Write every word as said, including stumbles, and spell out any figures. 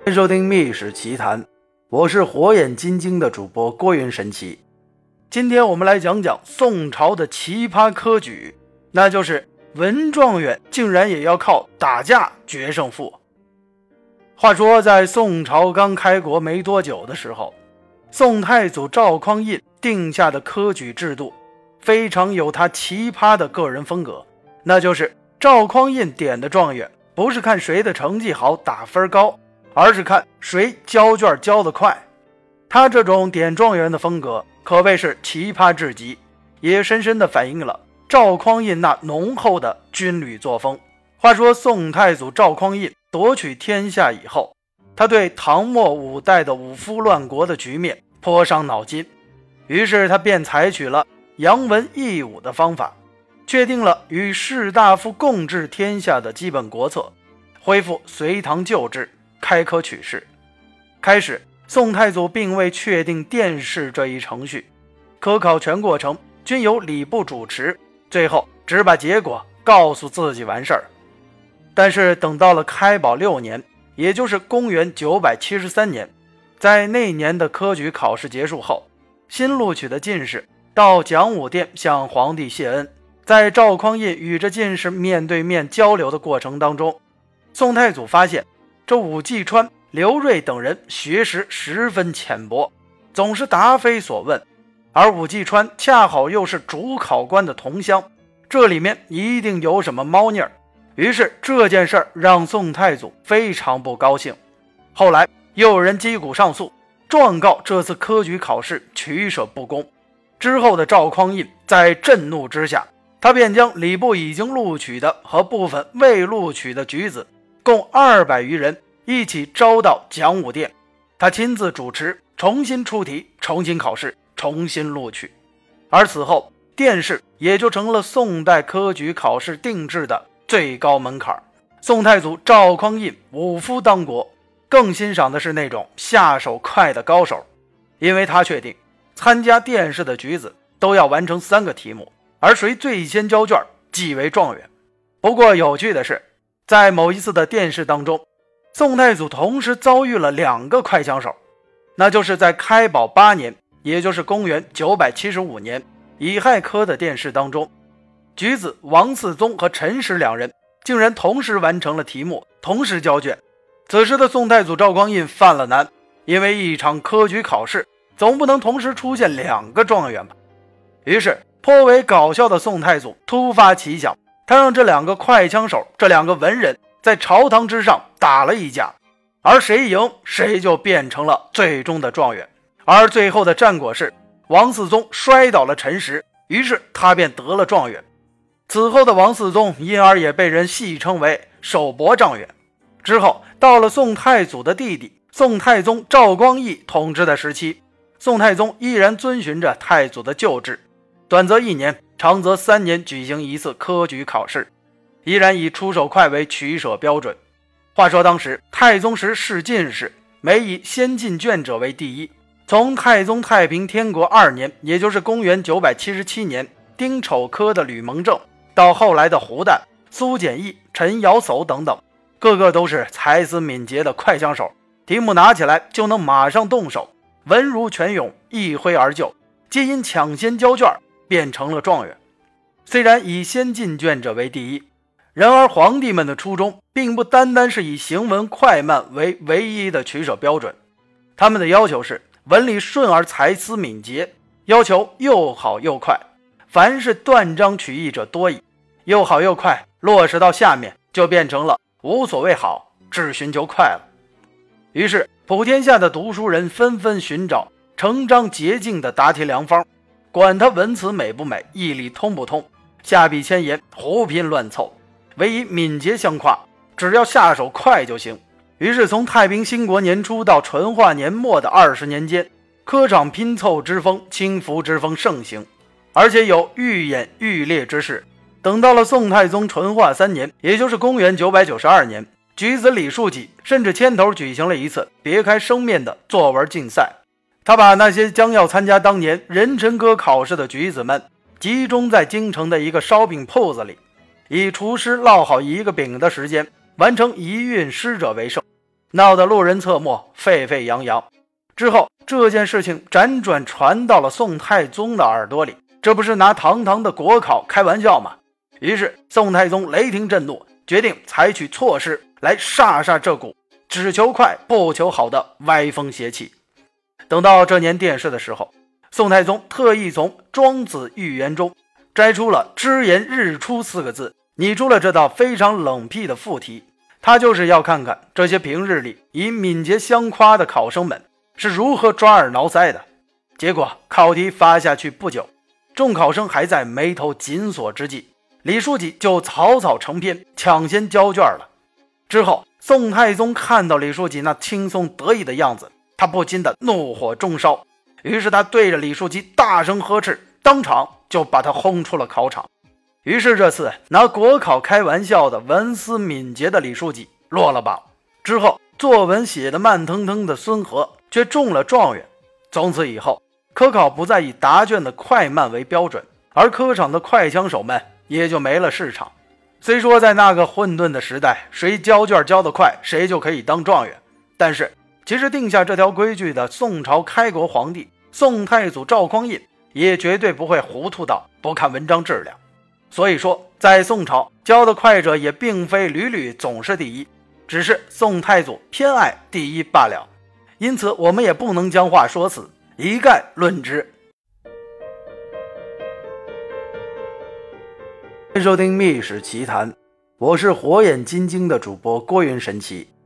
欢迎收听《秘史奇谈》，我是火眼金睛的主播郭云神奇。今天我们来讲讲宋朝的奇葩科举，那就是文状元竟然也要靠打架决胜负。话说在宋朝刚开国没多久的时候，宋太祖赵匡胤定下的科举制度非常有他奇葩的个人风格，那就是赵匡胤点的状元不是看谁的成绩好打分高，而是看谁交卷交得快。他这种点状元的风格可谓是奇葩至极，也深深地反映了赵匡胤那浓厚的军旅作风。话说宋太祖赵匡胤夺取天下以后，他对唐末五代的五夫乱国的局面颇伤脑筋，于是他便采取了扬文抑武的方法，确定了与士大夫共治天下的基本国策，恢复隋唐旧制，开科取士。开始宋太祖并未确定殿试这一程序，科考全过程均由礼部主持，最后只把结果告诉自己完事儿。但是等到了开宝六年，也就是公元九百七十三年，在那年的科举考试结束后，新录取的进士到讲武殿向皇帝谢恩。在赵匡胤与这进士面对面交流的过程当中，宋太祖发现这武季川、刘瑞等人学识十分浅薄，总是答非所问，而武季川恰好又是主考官的同乡，这里面一定有什么猫腻儿。于是这件事儿让宋太祖非常不高兴。后来又有人击鼓上诉，状告这次科举考试取舍不公。之后的赵匡胤在震怒之下，他便将礼部已经录取的和部分未录取的举子共二百余人一起招到讲武殿，他亲自主持，重新出题，重新考试，重新录取。而此后殿试也就成了宋代科举考试定制的最高门槛。宋太祖赵匡胤武夫当国，更欣赏的是那种下手快的高手，因为他确定参加殿试的举子都要完成三个题目，而谁最先交卷即为状元。不过有趣的是，在某一次的殿试当中，宋太祖同时遭遇了两个快枪手，那就是在开宝八年，也就是公元九百七十五年乙亥科的殿试当中，举子王嗣宗和陈实两人竟然同时完成了题目，同时交卷。此时的宋太祖赵匡胤犯了难，因为一场科举考试总不能同时出现两个状元吧。于是颇为搞笑的宋太祖突发奇想，他让这两个快枪手，这两个文人在朝堂之上打了一架，而谁赢谁就变成了最终的状元。而最后的战果是王嗣宗摔倒了陈实，于是他便得了状元。此后的王嗣宗因而也被人戏称为首博状元。之后到了宋太祖的弟弟宋太宗赵光义统治的时期，宋太宗依然遵循着太祖的旧制，短则一年，长则三年举行一次科举考试，依然以出手快为取舍标准。话说当时太宗时试进士，每以先进卷者为第一。从太宗太平天国二年，也就是公元九百七十七年丁丑科的吕蒙正，到后来的胡旦、苏简义、陈尧叟等等，个个都是才思敏捷的快枪手，题目拿起来就能马上动手，文如泉涌，一挥而就，皆因抢先交卷变成了状元。虽然以先进卷者为第一，然而皇帝们的初衷并不单单是以行文快慢为唯一的取舍标准，他们的要求是文理顺而才思敏捷，要求又好又快，凡是断章取义者多矣，又好又快落实到下面就变成了无所谓好，只寻求快了。于是普天下的读书人纷纷寻找成章洁净的答题良方，管他文辞美不美，义理通不通，下笔千言，胡拼乱凑，唯以敏捷相跨，只要下手快就行。于是从太平兴国年初到淳化年末的二十年间，科场拼凑之风、轻浮之风盛行，而且有愈演愈烈之势。等到了宋太宗淳化三年，也就是公元九百九十二年，举子李树己甚至牵头举行了一次别开生面的作文竞赛。他把那些将要参加当年壬辰科考试的举子们集中在京城的一个烧饼铺子里，以厨师烙好一个饼的时间完成一运诗者为胜。 闹得路人侧目，沸沸扬扬。之后这件事情辗转传到了宋太宗的耳朵里，这不是拿堂堂的国考开玩笑吗？于是宋太宗雷霆震怒，决定采取措施来煞煞这股只求快不求好的歪风邪气。等到这年殿试的时候，宋太宗特意从《庄子寓言》中摘出了只言日出四个字，拟出了这道非常冷僻的副题。他就是要看看这些平日里以敏捷相夸的考生们是如何抓耳挠腮的。结果考题发下去不久，众考生还在眉头紧锁之际，李书记就草草成篇，抢先交卷了。之后宋太宗看到李书记那轻松得意的样子，他不禁的怒火中烧，于是他对着李书记大声呵斥，当场就把他轰出了考场。于是这次拿国考开玩笑的文思敏捷的李书记落了榜。之后作文写得慢腾腾的孙和却中了状元。从此以后，科考不再以答卷的快慢为标准，而科场的快枪手们也就没了市场。虽说在那个混沌的时代，谁交卷交得快，谁就可以当状元，但是其实定下这条规矩的宋朝开国皇帝宋太祖赵匡胤也绝对不会糊涂到不看文章质量。所以说在宋朝，教得快者也并非屡屡总是第一，只是宋太祖偏爱第一罢了。因此我们也不能将话说死，一概论之。欢迎收听《秘史奇谈》，我是火眼金睛的主播郭云神奇。